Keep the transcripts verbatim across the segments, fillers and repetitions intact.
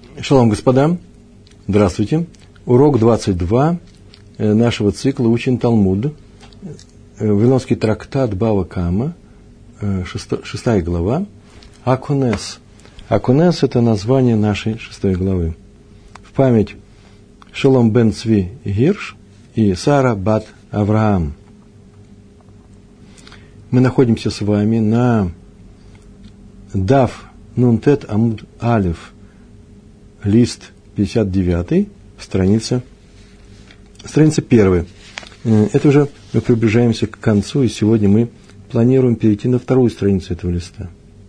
Шалом, господа. Здравствуйте. Урок двадцать два нашего цикла «Учим Талмуд». Вавилонский трактат Бава Кама, шестая глава. Акунес. Акунес – это название нашей шестой главы. В память Шолом бен Цви Гирш и Сара бат Авраам. Мы находимся с вами на Дав Нунтет Амуд Алев, лист пятьдесят девятый, страница, страница первая. Это уже мы приближаемся к концу, и сегодня мы планируем перейти на вторую страницу этого листа.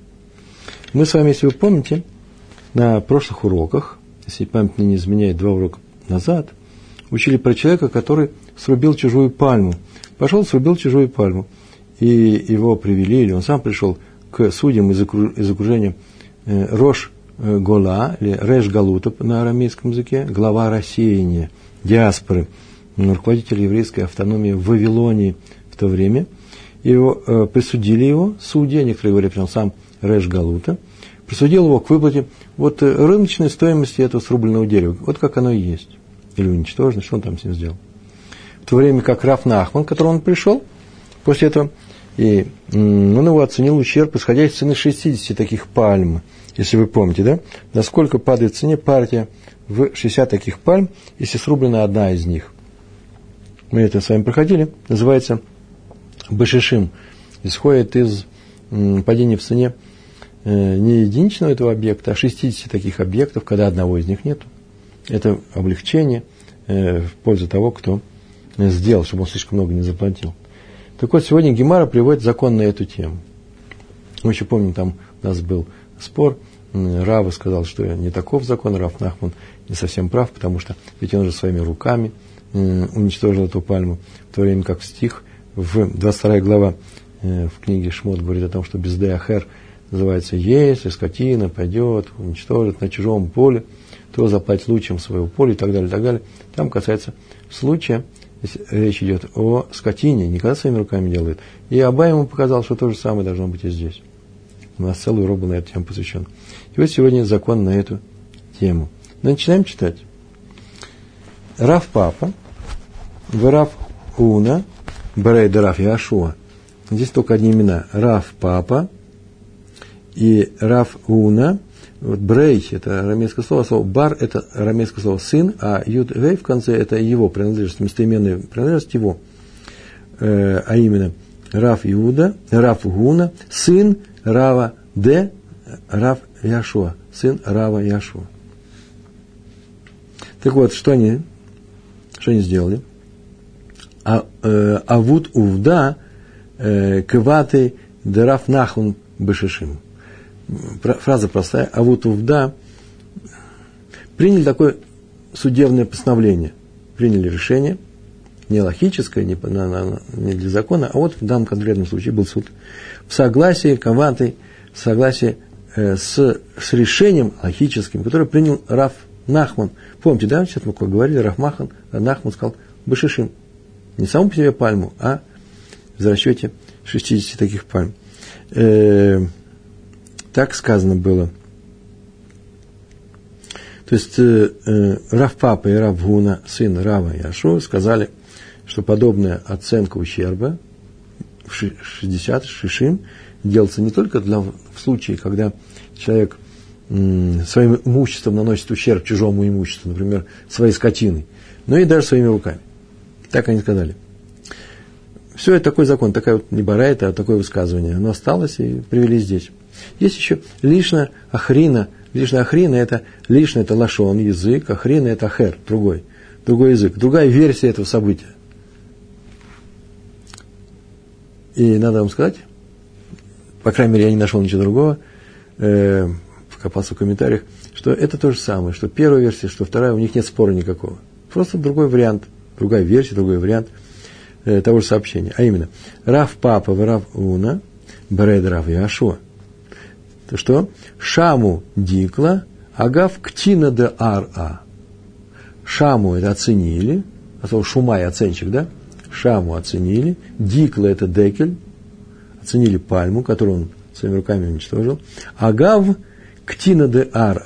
Мы с вами, если вы помните, на прошлых уроках, если память мне не изменяет, два урока назад, учили про человека, который срубил чужую пальму. Пошел, срубил чужую пальму, и его привели, или он сам пришел к судьям из окружения Рош Гола, или Реш Галута на арамейском языке, глава рассеяния, диаспоры, руководитель еврейской автономии в Вавилонии в то время. Его, э, присудили его, судья, некоторые говорят, что он сам Реш Галута, присудил его к выплате вот, рыночной стоимости этого срубленного дерева. Вот как оно и есть. Или уничтожено, что он там с ним сделал. В то время как Рав Нахман, к которому он пришел, после этого, и он его оценил ущерб, исходя из цены шестидесяти таких пальм. Если вы помните, да? Насколько падает в цене партия в шестьдесят таких пальм, если срублена одна из них. Мы это с вами проходили. Называется башишим. Исходит из м, падения в цене э, не единичного этого объекта, а шестидесяти таких объектов, когда одного из них нет. Это облегчение э, в пользу того, кто сделал, чтобы он слишком много не заплатил. Так вот, сегодня Гемара приводит закон на эту тему. Мы еще помним, там у нас был спор. Рава сказал, что не таков закон, Рав Нахман не совсем прав, потому что ведь он же своими руками уничтожил эту пальму, в то время как в стих, в двадцать вторая глава в книге Шмот говорит о том, что бездей ахер называется, если скотина пойдет, уничтожит на чужом поле, то заплатит лучшим своего поля и так далее, и так далее. Там касается случая, если речь идет о скотине, никогда своими руками делает. И Абай ему показал, что то же самое должно быть и здесь. У нас целый урок был на эту тему посвящен. И вот сегодня закон на эту тему. Начинаем читать. Рав Папа, Рав Уна, Берей да Рав Яшуа. Здесь только одни имена. Рав Папа и Рав Уна. Вот Брей – это арамейское слово, слово Бар – это арамейское слово сын, а Юд Вей в конце – это его принадлежность, местоименная принадлежность его. Э, а именно Рав Иуда, Рав Гуна, сын Рава Д, Рав Яшуа, сын Рава Яшуа. Так вот, что они, что они сделали? А, э, Авут Увда э, Кваты Дерав Нахун Бешишим. Фраза простая. Авут Увда приняли такое судебное постановление. Приняли решение, не логическое, не, на, на, не для закона, а вот в данном конкретном случае был суд. В согласии Каваты, в согласии э, с, с решением логическим, которое принял Рав Нахман. Помните, да, сейчас мы говорили, Рав Махан, Нахман сказал Башишим. Не саму по себе пальму, а в расчете шестидесяти таких пальм. Э, так сказано было. То есть э, э, Рав Папа и Рав Гуна, сын Рава Яшуа, сказали, что подобная оценка ущерба в шестьдесят шишим делается не только для, в случае, когда человек м, своим имуществом наносит ущерб чужому имуществу, например, своей скотиной, но и даже своими руками. Так они сказали. Все это такой закон, такая вот не бара, это такое высказывание. Оно осталось и привели здесь. Есть еще лишняя ахрина. Лишняя ахрина – это лишняя, это лашон, язык, ахрина – это ахер, другой. Другой язык, другая версия этого события. И надо вам сказать, по крайней мере, я не нашел ничего другого, э, покопался в комментариях, что это то же самое, что первая версия, что вторая, у них нет спора никакого. Просто другой вариант, другая версия, другой вариант э, того же сообщения. А именно, Рав Папа, Рав Уна, Берей да Рав Яшуа. То что? Шаму дикла, агав ктина де ар-а. Шаму это оценили, а слово шумай оценщик, да? Шаму оценили, дикла это декель, оценили пальму, которую он своими руками уничтожил. Агав ктина де ар-а.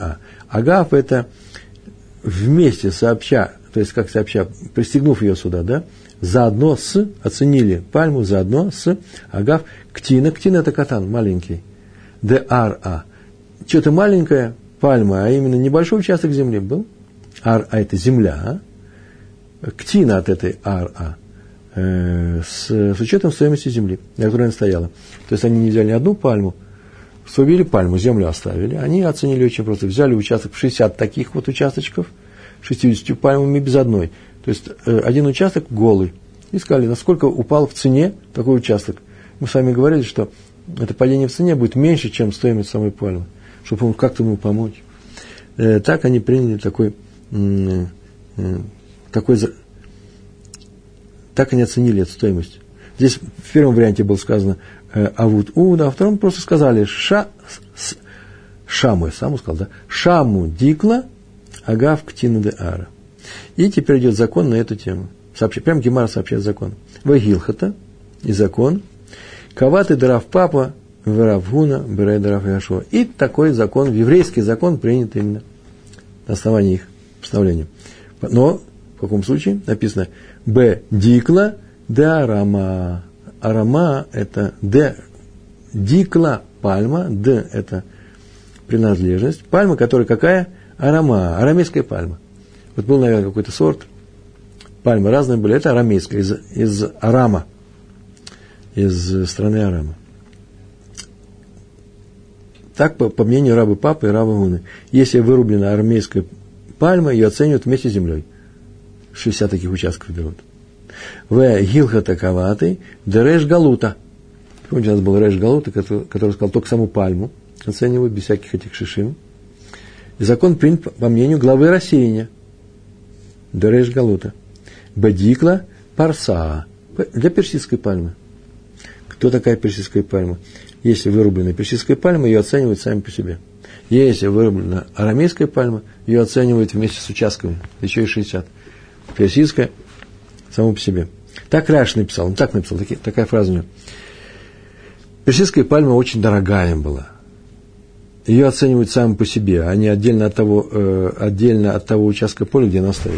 Агав – это вместе сообща, то есть как сообща, пристегнув ее сюда, да, заодно с, оценили пальму, заодно с, агав, ктина, ктина – это катан, маленький, де ар-а, что-то маленькое, пальма, а именно небольшой участок земли был, ар-а – это земля, а? Ктина от этой ар-а, э, с, с учетом стоимости земли, на которой она стояла. То есть они не взяли ни одну пальму, срубили пальму, землю оставили, они оценили очень просто, взяли участок в шестьдесят таких вот участочков, шестьдесят пальмами без одной. То есть э, один участок голый. И сказали, насколько упал в цене такой участок. Мы с вами говорили, что это падение в цене будет меньше, чем стоимость самой пальмы, чтобы как-то ему помочь. Э, так они приняли такой, э, э, такой, так они оценили эту стоимость. Здесь в первом варианте было сказано э, авут уда, а во втором просто сказали ша, с, шаму, я сам сказал, да, шаму дикла агав ктина де ара. И теперь идет закон на эту тему. Сообщи, прям Гемара сообщает закон. Вагилхата и закон. Каваты дарав папа, варавгуна, берай дарав яшуа. И такой закон, еврейский закон принят именно на основании их постановления. Но в каком случае написано б дикла де арама. Арама это д дикла пальма, д это принадлежность. Пальма, которая какая? Арама, арамейская пальма. Вот был, наверное, какой-то сорт. Пальмы разные были. Это арамейская, из, из Арама. Из страны Арама. Так, по, по мнению рабы Папы и рабы Гуны. Если вырублена арамейская пальма, ее оценивают вместе с землей. шестьдесят таких участков берут. В гилхата каваты дереш галута. Помните, у нас был реш галута, который, который сказал, только саму пальму оценивают, без всяких этих шишим. И закон принят по мнению главы рассеяния. Дереш галута. Бадикла парса. Для персидской пальмы. Кто такая персидская пальма? Если вырублена персидская пальма, ее оценивают сами по себе. Если вырублена арамейская пальма, ее оценивают вместе с участками. Еще и шестьдесят. Персидская само по себе. Так Раш написал. Он так написал. Таки, такая фраза у него. Персидская пальма очень дорогая им была. Ее оценивают сами по себе, а не отдельно от того, э, отдельно от того участка поля, где она стоит.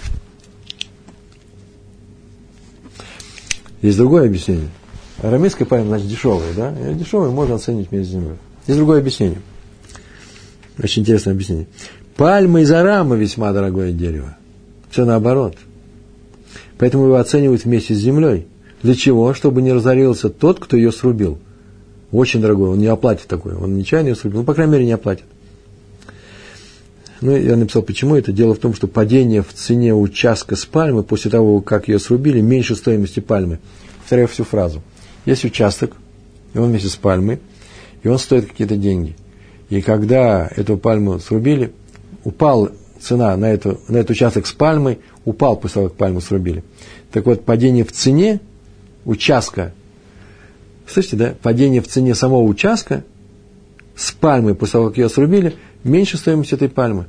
Есть другое объяснение. Арамейская пальма, значит, дешевая, да? И дешевую можно оценить вместе с землей. Есть другое объяснение. Очень интересное объяснение. Пальма из Арама весьма дорогое дерево. Все наоборот. Поэтому его оценивают вместе с землей. Для чего? Чтобы не разорился тот, кто ее срубил. Очень дорогой, он не оплатит такое. Он нечаянно ее срубил. Ну, по крайней мере, не оплатит. Ну, я написал, почему это. Дело в том, что падение в цене участка с пальмы после того, как ее срубили, меньше стоимости пальмы. Повторяю всю фразу. Есть участок, и он вместе с пальмой, и он стоит какие-то деньги. И когда эту пальму срубили, упала цена на, эту, на этот участок с пальмой, упал после того, как пальму срубили. Так вот, падение в цене участка, слышите, да? Падение в цене самого участка с пальмой после того, как ее срубили, меньше стоимости этой пальмы.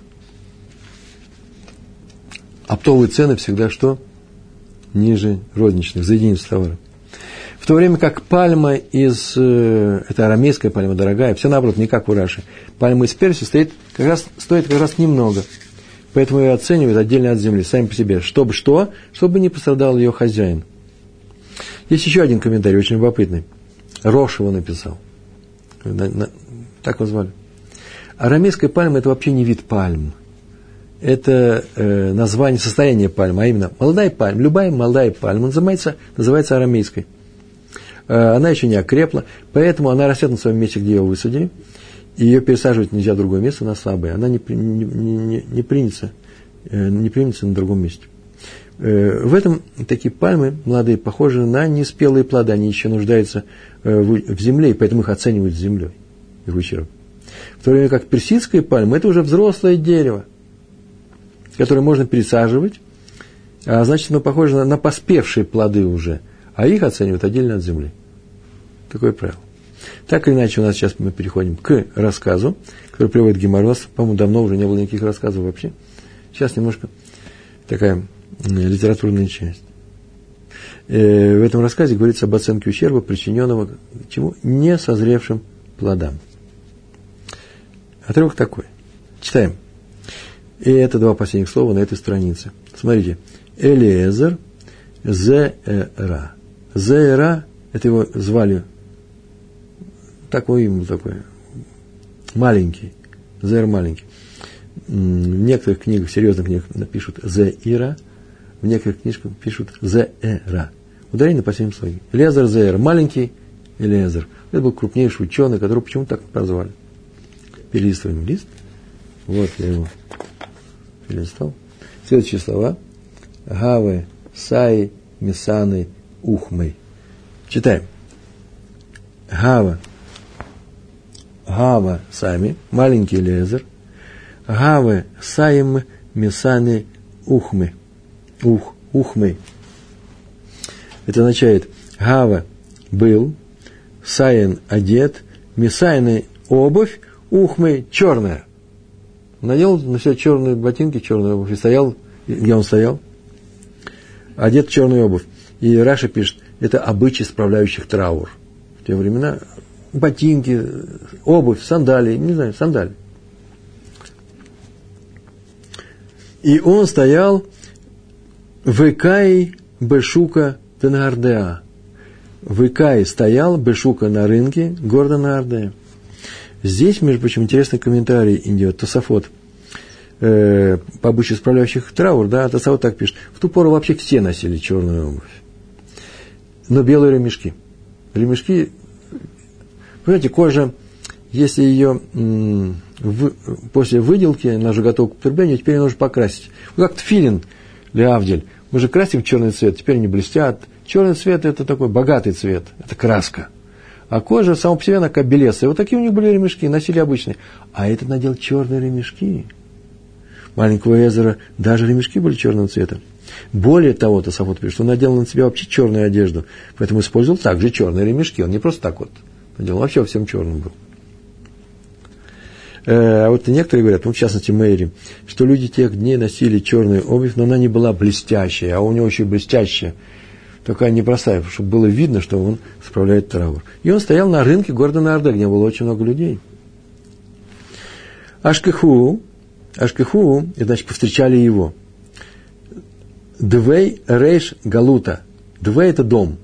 Оптовые цены всегда что? Ниже розничных, за единицу товара. В то время как пальма из, э, это арамейская пальма, дорогая, все наоборот, не как у Раши. Пальма из Персии стоит как раз, стоит как раз немного. Поэтому ее оценивают отдельно от земли, сами по себе. Чтобы что? Чтобы не пострадал ее хозяин. Есть еще один комментарий, очень любопытный. Рош его написал. На, на, так его звали. Арамейская пальма – это вообще не вид пальм. Это э, название, состояние пальмы, а именно молодая пальма. Любая молодая пальма называется, называется арамейской. Э, она еще не окрепла, поэтому она растет на своем месте, где ее высадили. И ее пересаживать нельзя в другое место, она слабая. Она не, не, не, не, примется, э, не примется на другом месте. Э, в этом такие пальмы молодые похожи на неспелые плоды. Они еще нуждаются э, в, в земле, и поэтому их оценивают с землей, их вычерп. В то время как персидская пальма – это уже взрослое дерево, которое можно пересаживать, а значит, оно похоже на, на поспевшие плоды уже, а их оценивают отдельно от земли. Такое правило. Так или иначе, у нас сейчас мы переходим к рассказу, который приводит Гемара. У нас, по-моему, давно уже не было никаких рассказов вообще. Сейчас немножко такая литературная часть. В этом рассказе говорится об оценке ущерба, причиненного чему? Несозревшим плодам. Отрывок такой. Читаем. И это два последних слова на этой странице. Смотрите. Элиэзер Зеэра. Зеэра, это его звали, такое имя такое, маленький, Зеэр маленький. В некоторых книгах, серьезных книгах пишут Зеира, в некоторых книжках пишут Зеэра. Ударение на последнем слоге. Элиэзер Зеэр, маленький Элиэзер. Это был крупнейший ученый, которого почему-то так прозвали. Перелистываем лист. Вот я его перелистал. Следующие слова. Гаве, Саи, Мисаны, Ухмой. Читаем. Гава. Гава сами, маленький Элиэзер. Гаве, Саим, Мисаны, Ухмы. Ух, Ухмы. Это означает, Гава был, Саин одет, Мисайны обувь, Ухмы черная. Надел на себя черные ботинки, черную обувь и стоял, где он стоял? Одет в черную обувь. И Раша пишет, это обычай справляющих траур. В те времена ботинки, обувь, сандалии, не знаю, сандалии. И он стоял в Икаи Бешука Тенардеа. В Икаи стоял Бешука на рынке города Наардея. Здесь, между прочим, интересный комментарий идет, Тосафот. По обычаю справляющих траур, да, Тосафот так пишет. В ту пору вообще все носили черную обувь. Но белые ремешки. Ремешки, понимаете, кожа, если ее м, в, после выделки, она уже готова к употреблению, теперь ее нужно покрасить. Вот как тфилин для Авдель. Мы же красим в черный цвет, теперь они блестят. Черный цвет – это такой богатый цвет, это краска. А кожа сама по себе, она как белесая. Вот такие у них были ремешки, носили обычные. А этот надел черные ремешки. Маленького Эзера даже ремешки были черного цвета. Более того, Тосафот пишет, что он надел на себя вообще черную одежду. Поэтому использовал также черные ремешки. Он не просто так вот надел, он вообще во всем черном был. А вот некоторые говорят, ну, в частности, Мэйри, что люди тех дней носили черную обувь, но она не была блестящая, а у него еще и блестящая. Такая непростая, чтобы было видно, что он справляет траур. И он стоял на рынке города Наардея, где было очень много людей. Ашкеху, Ашкеху, это значит, повстречали его. Двей рейш галута. Двей – это дом.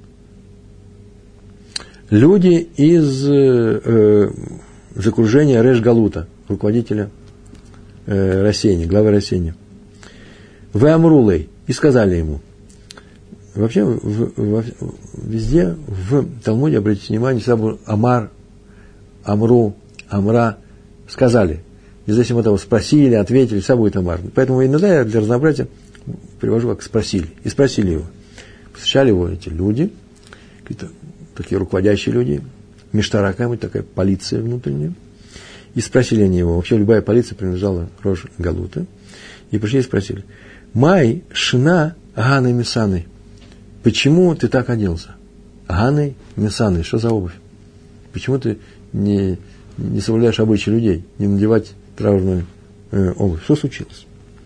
Люди из, э, из окружения рейш галута, руководителя э, Рассеяния, главы Рассеяния. Вы амрулей. И сказали ему. Вообще, в, в, везде в Талмуде, обратите внимание, всегда был Амар, Амру, Амра, сказали. Независимо от того, спросили, ответили, всегда будет Амар. Поэтому иногда я для разнообразия привожу как спросили. И спросили его. Встречали его эти люди, какие-то такие руководящие люди, Миштара какая-нибудь, такая полиция внутренняя. И спросили они его. Вообще любая полиция принадлежала Рош Галута. И пришли и спросили. Май шна ганы мисаны. Почему ты так оделся? Ганы мисаны. Что за обувь? Почему ты не, не соблюдаешь обычаи людей, не надевать траурную э, обувь? Что случилось?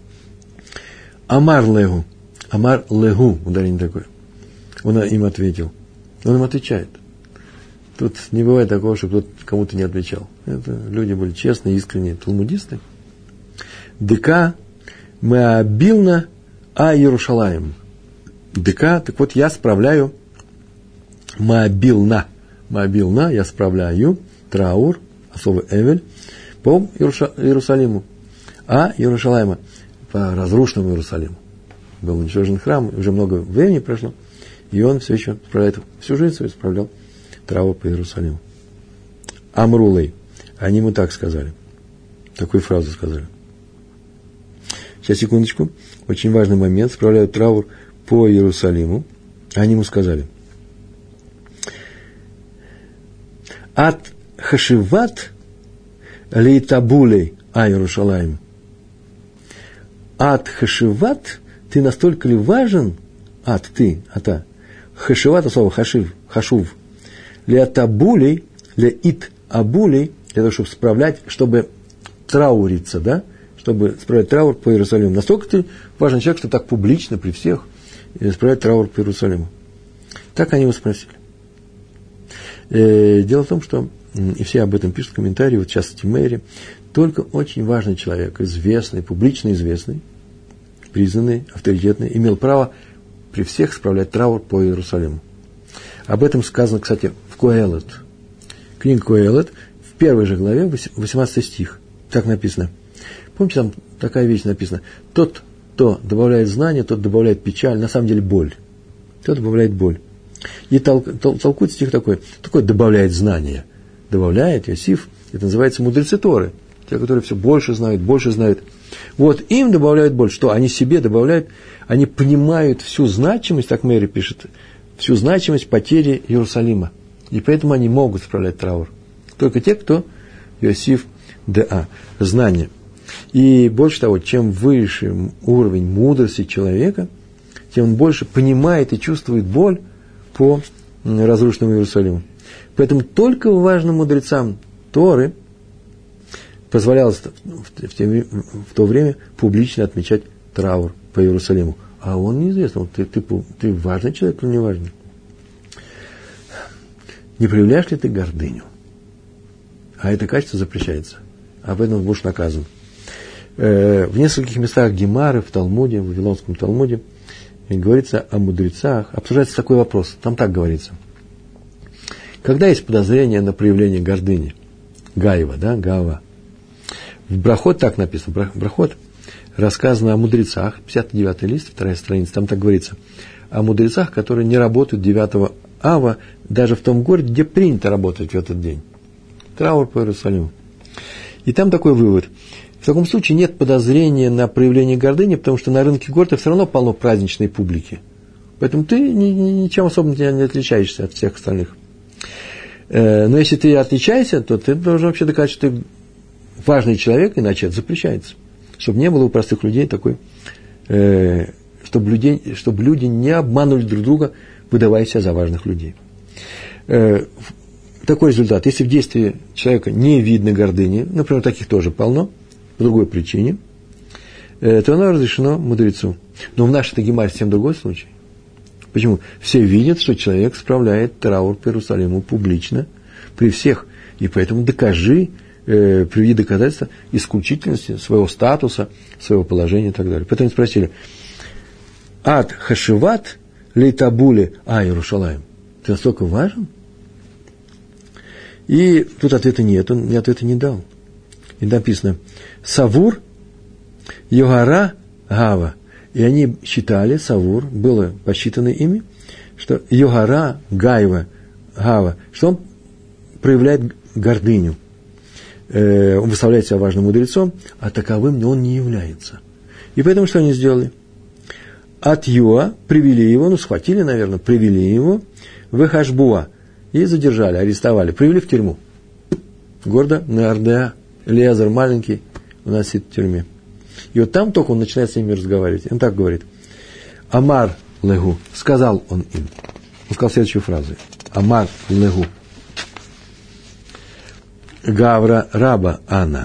Амар легу. Амар легу. Ударение такое. Он им ответил. Он им отвечает. Тут не бывает такого, что кто-то кому-то не отвечал. Это люди были честные, искренние, талмудисты. Дека меабилна а Иерушалаим. Дека, так вот я справляю меабилна. Меабилна, я справляю траур, особый эвель, по Иеруша, Иерусалиму. А Иерушалайма, по разрушенному Иерусалиму. Был уничтожен храм, уже много времени прошло, и он все еще справляет, всю жизнь свою справлял траур по Иерусалиму. Амрулей. Они ему так сказали. Такую фразу сказали. Сейчас, секундочку. Очень важный момент. Справляют траур по Иерусалиму. Они ему сказали. От хашиват лейтабулей а Иерушалаим. От хашиват ты настолько ли важен? От ты, ата. Хашиват, слово хашив, хашув. Леатабулей, леит абулей, для того, чтобы справлять, чтобы трауриться, да? Чтобы справлять траур по Иерусалиму. Настолько ты важный человек, что так публично при всех справлять траур по Иерусалиму. Так они его спросили. Дело в том, что, и все об этом пишут в комментарии, вот в частности Мэри, Только очень важный человек, известный, публично известный, признанный, авторитетный, имел право при всех справлять траур по Иерусалиму. Об этом сказано, кстати, в Коэлет. Книга Коэлет, в первой же главе, восемнадцатый стих. Так написано. Помните, там такая вещь написана. Тот, кто добавляет знания, тот добавляет печаль, на самом деле боль. Тот добавляет боль. И тол, тол, толкует стих такой. Такой добавляет знания. Добавляет, Иосиф, это называется мудрецы Торы. Те, которые все больше знают, больше знают. Вот им добавляют боль. Что? Они себе добавляют, они понимают всю значимость, так Мэри пишет, всю значимость потери Иерусалима. И поэтому они могут справлять траур. Только те, кто Иосиф Д.А. Знание. И больше того, чем выше уровень мудрости человека, тем он больше понимает и чувствует боль по разрушенному Иерусалиму. Поэтому только важным мудрецам Торы позволялось в, в, те, в то время публично отмечать траур по Иерусалиму. А он неизвестно, ты, ты, ты важный человек или не важный? Не проявляешь ли ты гордыню? А это качество запрещается. Об этом будешь наказан. Э, в нескольких местах Гемары, в Талмуде, в Вавилонском Талмуде, говорится о мудрецах, обсуждается такой вопрос, там так говорится. Когда есть подозрение на проявление гордыни, Гаева, да, Гава, в Брахот так написано, Брахот рассказано о мудрецах, пятьдесят девятый лист, вторая страница, там так говорится, о мудрецах, которые не работают девятого ава, даже в том городе, где принято работать в этот день. Траур по Иерусалиму. И там такой вывод. В таком случае нет подозрения на проявление гордыни, потому что на рынке города все равно полно праздничной публики. Поэтому ты ни, ни, ничем особо не отличаешься от всех остальных. Э, но если ты отличаешься, то ты должен вообще доказать, что ты важный человек, иначе это запрещается. Чтобы не было у простых людей такой, э, чтобы, людей, чтобы люди не обманывали друг друга, выдавая себя за важных людей. Э, такой результат. Если в действии человека не видно гордыни, например, таких тоже полно, по другой причине, то оно разрешено мудрецу. Но в нашей Гемаре совсем другой случай. Почему? Все видят, что человек справляет траур по Иерусалиму публично, при всех. И поэтому докажи, э, приведи доказательства исключительности своего статуса, своего положения и так далее. Поэтому спросили, ад хашиват лейтабуле а Иерушалаим? Ты настолько важен? И тут ответа нет, он мне ответа не дал. И написано, Савур, Йогара, Гава. И они считали, Савур, было посчитано ими, что Йогара, Гаева, Гава, что он проявляет гордыню. Э, он выставляет себя важным мудрецом, а таковым он не является. И поэтому что они сделали? От Юа привели его, ну, схватили, наверное, привели его в Хашбуа и задержали, арестовали, привели в тюрьму. Гордо, Неардеа. Элиазар маленький у нас сидит в тюрьме. И вот там только он начинает с ними разговаривать. Он так говорит. Амар легу. Сказал он им. Он сказал следующую фразу. Амар легу. Гавра раба ана.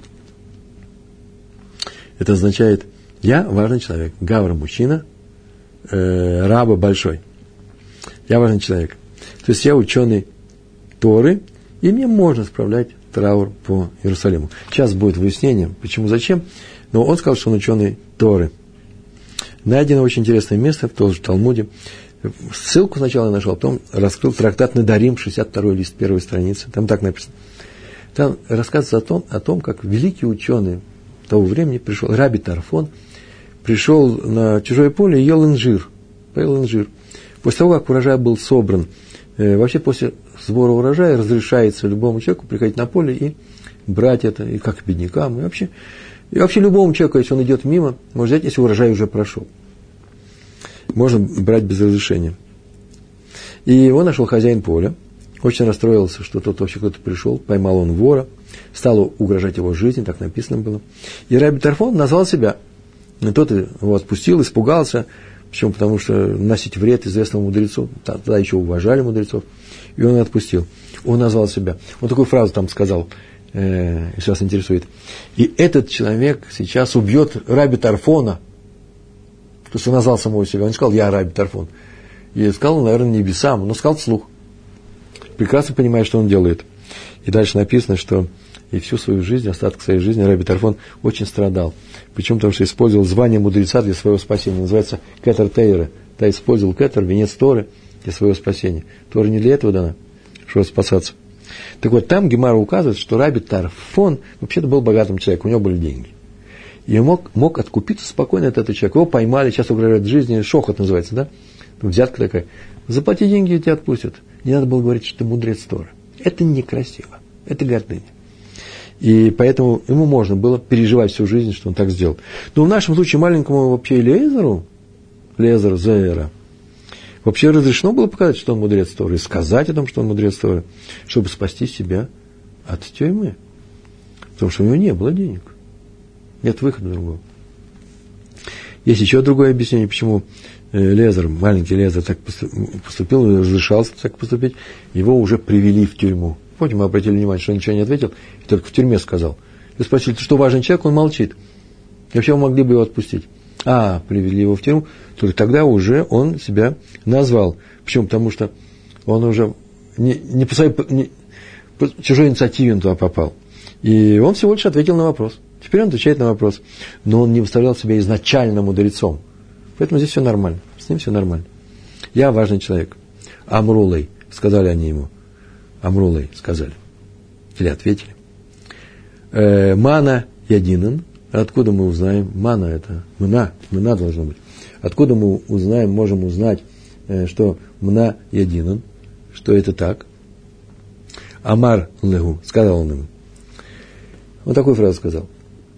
Это означает, я важный человек. Гавра мужчина, э, раба большой. Я важный человек. То есть я ученый Торы, и мне можно справлять траур по Иерусалиму. Сейчас будет выяснение, почему, зачем. Но он сказал, что он ученый Торы. Найдено очень интересное место в том же Талмуде. Ссылку сначала я нашел, а потом раскрыл трактат Недарим, шестьдесят второй лист, первой страницы. Там так написано. Там рассказывается о том, о том, как великий ученый того времени пришел, Раби Тарфон, пришел на чужое поле и ел инжир. Поел инжир. После того, как урожай был собран, э, вообще после сбора урожая разрешается любому человеку приходить на поле и брать это, и как беднякам, и вообще, и вообще любому человеку, если он идет мимо, может взять, если урожай уже прошел. Можно брать без разрешения. И его нашел хозяин поля, очень расстроился, что тот вообще кто-то пришел, поймал он вора, стало угрожать его жизни, так написано было. И Раби Тарфон назвал себя. И тот его отпустил, испугался. Почему? Потому что носить вред известному мудрецу, тогда еще уважали мудрецов, и он отпустил. Он назвал себя. Он такую фразу там сказал, э, если вас интересует. И этот человек сейчас убьет Раби Тарфона. То есть он назвал самого себя. Он не сказал, я Раби Тарфон. И сказал, наверное, небесам, но сказал вслух. Прекрасно понимая, что он делает. И дальше написано, что и всю свою жизнь, остаток своей жизни Раби Тарфон очень страдал. Почему? Потому что использовал звание мудреца для своего спасения. Называется кетер тейра. Да, использовал кетер, венец Торы, для своего спасения. Тора не для этого дана, чтобы спасаться. Так вот, там Гемара указывает, что Раби Тарфон вообще-то был богатым человеком, у него были деньги. И он мог, мог откупиться спокойно от этого человека. Его поймали, сейчас угрожают жизни, шохот называется, да? Взятка такая. Заплати деньги, и тебя отпустят. Не надо было говорить, что ты мудрец Торы. Это некрасиво, это гордыня. И поэтому ему можно было переживать всю жизнь, что он так сделал. Но в нашем случае маленькому вообще Элиэзеру, Элиэзеру Зеэра, вообще разрешено было показать, что он мудрец Торы, и сказать о том, что он мудрец Торы, чтобы спасти себя от тюрьмы. Потому что у него не было денег. Нет выхода другого. Есть еще другое объяснение, почему Элиэзер, маленький Элиэзер так поступил, разрешался так поступить, его уже привели в тюрьму. Помните, мы обратили внимание, что он ничего не ответил, и только в тюрьме сказал. И спросили, ты что, важный человек? Он молчит. И вообще вы могли бы его отпустить. А, привели его в тюрьму, только тогда уже он себя назвал. Почему? Потому что он уже не, не по своей, не, по чужой инициативе он туда попал. И он всего лишь ответил на вопрос. Теперь он отвечает на вопрос. Но он не выставлял себя изначально мудрецом. Поэтому здесь все нормально. С ним все нормально. Я важный человек. Амрулей, сказали они ему. Амрулей, сказали. Или ответили. Э, мана ядинан. Откуда мы узнаем? Мана это мна. Мна должно быть. Откуда мы узнаем, можем узнать, э, что мна ядинан, что это так? Амар легу, сказал он ему. Вот такую фразу сказал.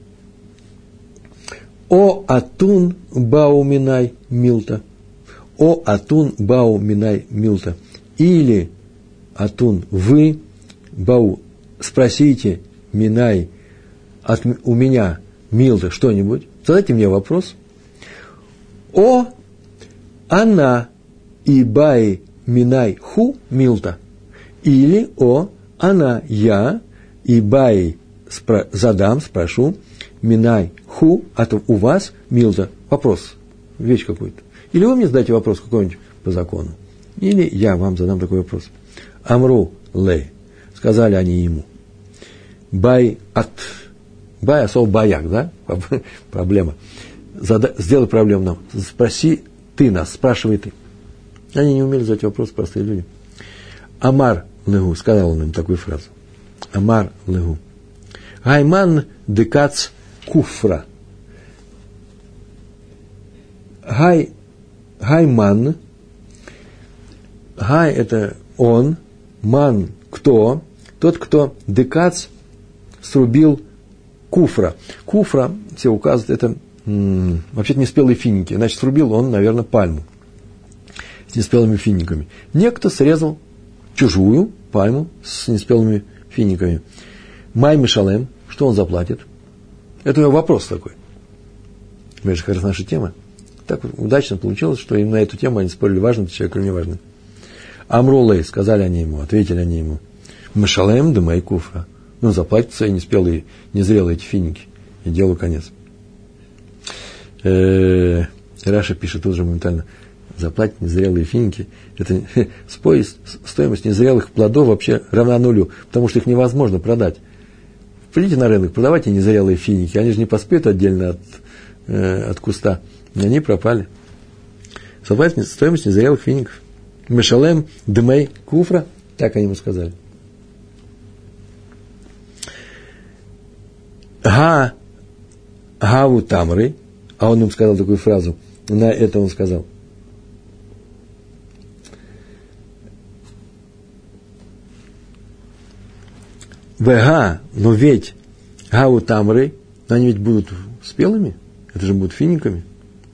О атун бау минай милта. О атун бау минай милта. Или атун вы бау спросите минай от, у меня милта что-нибудь. Задайте мне вопрос. О она и бай минай ху милта. Или о она я и бай спро, задам, спрошу минай ху, от у вас милта. Вопрос, вещь какой-то. Или вы мне задаете вопрос какой-нибудь по закону. Или я вам задам такой вопрос. Амру лей. Сказали они ему. Бай от. Бай, особо баяк, да? Проблема. Зада, сделай проблему нам. Спроси ты нас, спрашивай ты. Они не умели задать вопрос, простые люди. Амар легу. Сказал он им такую фразу. Амар легу. Гайман декац куфра. Гай, гайман. Гай – это он. Ман – кто? Тот, кто декац срубил куфра. Куфра, все указывают, это м- вообще-то неспелые финики. Значит, срубил он, наверное, пальму с неспелыми финиками. Некто срезал чужую пальму с неспелыми финиками. Май Мишалем, что он заплатит? Это вопрос такой. Это же как раз наша тема. Так удачно получилось, что именно на эту тему они спорили, важный это человек или не важный. Амрулей, сказали они ему, ответили они ему. Мишалем да май куфра. Ну, заплатят свои неспелые, незрелые эти финики. И делу конец. Э-э, Раша пишет тут же моментально. Заплатить незрелые финики. Это стоимость незрелых плодов вообще равна нулю, потому что их невозможно продать. Придите на рынок, продавайте незрелые финики. Они же не поспеют отдельно от, э, от куста. И они пропали. Заплатить стоимость незрелых фиников. Мешалем дмей куфра. Так они ему сказали. Га гаву тамры. А он им сказал такую фразу. На это он сказал. Вега, но ведь гаву тамры, они ведь будут спелыми, это же будут финиками.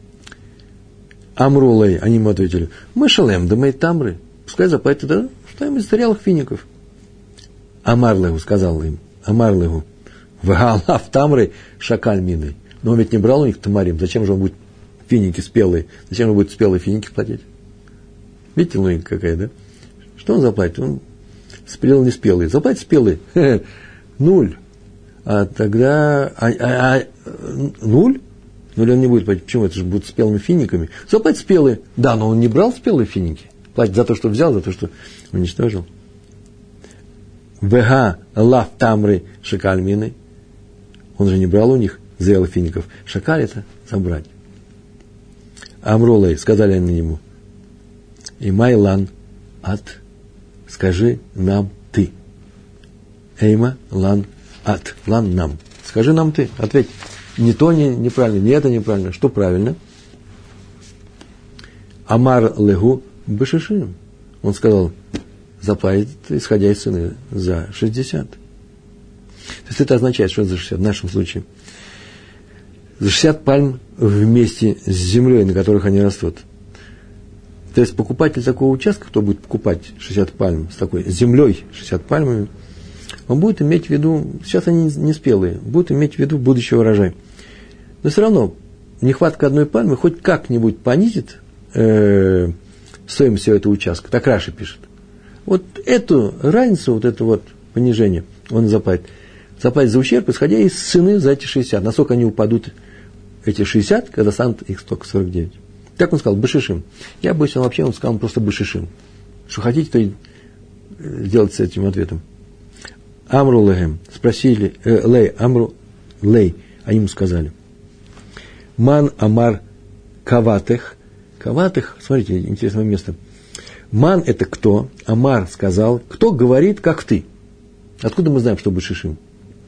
Амрулей, они ему ответили, мы шалем, да мы тамры, пускай заплатят это стоимость зрелых фиников. Амарлегу, сказал им, Амарлегу, вега алав тамры шакаль миной. Но он ведь не брал у них тамарим, зачем же он будет финики спелые, зачем он будет спелые финики платить? Видите, логика какая, да? Что он заплатит? Он спелый, не спелый. Заплатит спелый. Нуль. А тогда... А, а, а, нуль? Нуль он не будет платить. Почему? Это же будут спелыми финиками. Заплатит спелые. Да, но он не брал спелые финики. Платит за то, что взял, за то, что уничтожил. Вега лав тамры шакальмины. Он же не брал у них зело фиников. Шакаль это забрать. Амролей, сказали они ему, Имай лан ат, скажи нам ты. Эйма лан ат, лан нам. Скажи нам ты, ответь. Не то не, неправильно, не это неправильно. Что правильно? Амар легу бешишим. Он сказал, заплатит, исходя из цены, за шестьдесят. То есть это означает, что это за шестьдесят в нашем случае. За шестьдесят пальм вместе с землей, на которых они растут. То есть покупатель такого участка, кто будет покупать шестьдесят пальм с такой землей, шестьдесят пальмами, он будет иметь в виду, сейчас они не спелые, будет иметь в виду будущий урожай. Но все равно нехватка одной пальмы хоть как-нибудь понизит э, стоимость всего этого участка. Так Раши пишет. Вот эту разницу, вот это вот понижение он заплатит. Заплатит за ущерб, исходя из цены за эти шестьдесят. Насколько они упадут, эти шестьдесят, когда станут их только сорок девять. Так он сказал, бешишим. Я боюсь, он вообще он сказал просто бешишим. Что хотите, то и сделать с этим ответом. Амру лехем. Спросили, э, лей, амру лей. Они ему сказали. Ман амар каватех. Каватех, смотрите, интересное место. Ман это кто? Амар сказал. Кто говорит, как ты? Откуда мы знаем, что бешишим?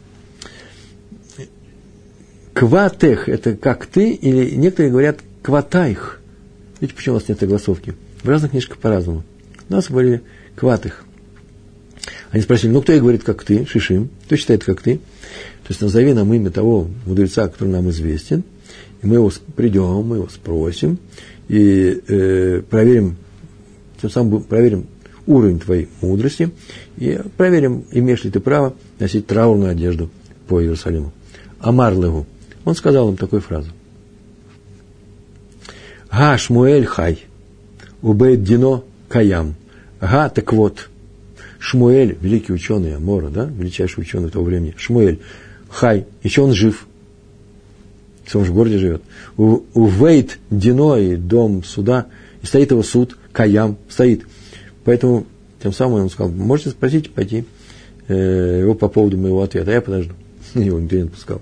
Кватех это как ты, или некоторые говорят кватайх. Видите, почему у нас нет огласовки? В разных книжках по-разному. У нас говорили кватых. Они спросили, ну кто и говорит, как ты, шишим, кто считает, как ты? То есть назови нам имя того мудреца, который нам известен, и мы его придем, мы его спросим, и э, проверим, тем самым проверим уровень твоей мудрости, и проверим, имеешь ли ты право носить траурную одежду по Иерусалиму. Амар легу. Он сказал им такую фразу. Га Шмуэль хай, убейт дино каям. Га, так вот, Шмуэль, великий ученый Амора, да, величайший ученый того времени, Шмуэль, хай, еще он жив, он же в городе живет. Увейт дино, и дом суда, и стоит его суд, каям, стоит. Поэтому, тем самым он сказал, можете спросить, пойти э, его по поводу моего ответа, а я подожду. Его никто не отпускал.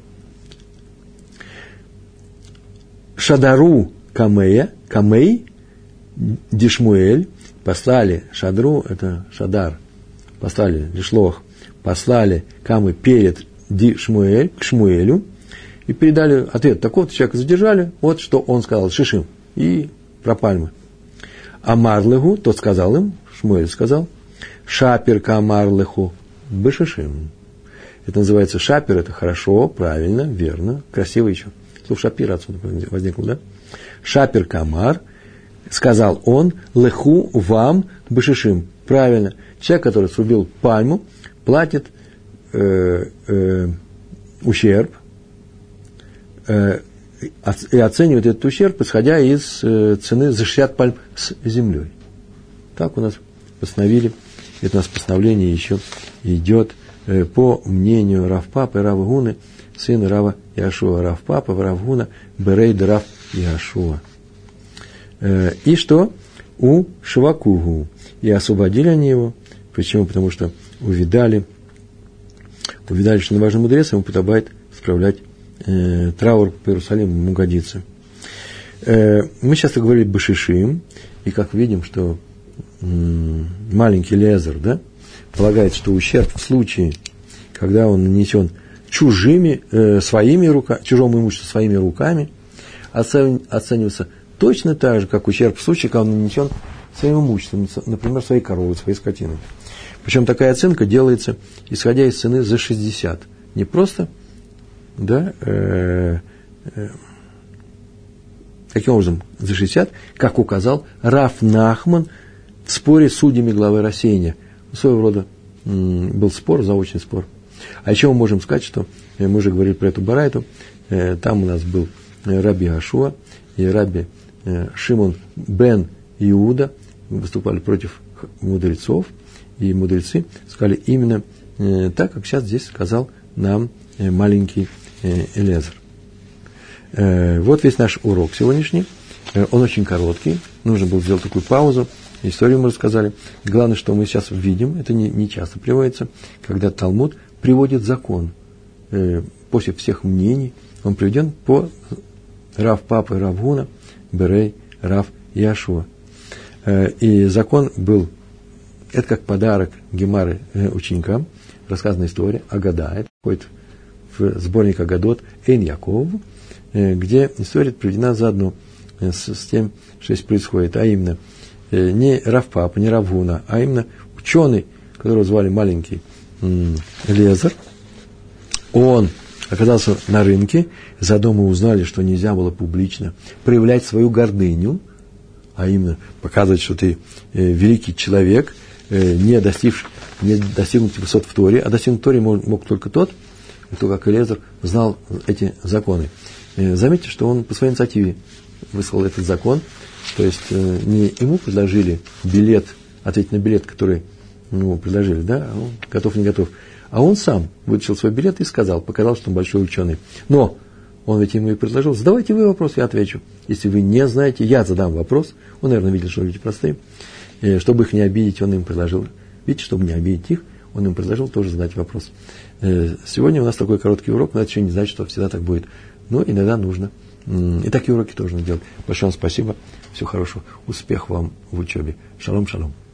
Шадару камея, камей, дишмуэль, послали, шадру, это шадар, послали, лишлох, послали камы перед дишмуэль, к Шмуэлю, и передали ответ. Такого человека задержали, вот что он сказал, шишим, и про пальмы. Амарлеху, тот сказал им, Шмуэль сказал, шапер камарлеху, бешишим. Это называется шапер, это хорошо, правильно, верно, красиво еще. Слово шапир отсюда возникло, да? Шапер камар, сказал он, леху вам бешишим. Правильно. Человек, который срубил пальму, платит э, э, ущерб э, и оценивает этот ущерб, исходя из э, цены за шестьдесят пальм с землей. Так у нас постановили, это у нас постановление еще идет э, по мнению Рав-Папы, Рава Гуны, сына Рава Яшуа. Рав-Папа, Рав Гуна, Берейд Рав Яшуа. Э, и что? У Швакугу. И освободили они его. Почему? Потому что увидали, увидали, что неважный мудрец, ему подобает справлять э, траур по Иерусалиму, ему годится. Э, мы часто говорили бешишим, и как видим, что м, маленький Лезер, да, полагает, что ущерб в случае, когда он нанесен чужими, э, своими руками, чужому имуществу своими руками, оцен, оценивается точно так же, как ущерб в случае, когда он нанесен своим имуществом, например, своей коровой, своей скотиной. Причем такая оценка делается, исходя из цены за шестьдесят. Не просто, да, э, э, каким образом за шестьдесят, как указал Рав Нахман в споре с судьями главы рассеяния. Своего рода м, был спор, заочный спор. А еще мы можем сказать, что э, мы уже говорили про эту барайту, э, там у нас был э, Раби Ашуа и Раби э, Шимон бен Иуда, выступали против мудрецов, и мудрецы сказали именно э, так, как сейчас здесь сказал нам э, маленький э, Элезер. Э, вот весь наш урок сегодняшний. Э, он очень короткий. Нужно было сделать такую паузу, историю мы рассказали. Главное, что мы сейчас видим, это не, не часто приводится, когда Талмуд приводит закон. Э, после всех мнений он приведен по Рав Папы Рав Гуна, Берей, Рав Яшуа. Э, и закон был, это как подарок Гемары э, ученикам, рассказанная история Агада, это входит в сборник Агадот Эйн Яков, э, где история приведена заодно э, с, с тем, что здесь происходит, а именно э, не Рав Папа, не Рав Гуна, а именно ученый, которого звали маленький м, Лезер. Он оказался на рынке, заодно мы узнали, что нельзя было публично проявлять свою гордыню, а именно показывать, что ты э, великий человек, э, не достигший, не достигнуть высот в Торе, а достигнуть в Торе мог, мог только тот, кто, как Элиэзер, знал эти законы. Э, заметьте, что он по своей инициативе высказал этот закон, то есть э, не ему предложили билет, ответить на билет, который ему предложили, да, а он готов, не готов, а он сам вытащил свой билет и сказал, показал, что он большой ученый. Но он ведь ему и предложил, задавайте вы вопрос, я отвечу. Если вы не знаете, я задам вопрос. Он, наверное, видел, что люди простые. И чтобы их не обидеть, он им предложил, видите, чтобы не обидеть их, он им предложил тоже задать вопрос. Сегодня у нас такой короткий урок, но это еще не значит, что всегда так будет. Но иногда нужно. И такие уроки тоже нужно делать. Большое вам спасибо. Всего хорошего. Успехов вам в учебе. Шалом, шалом.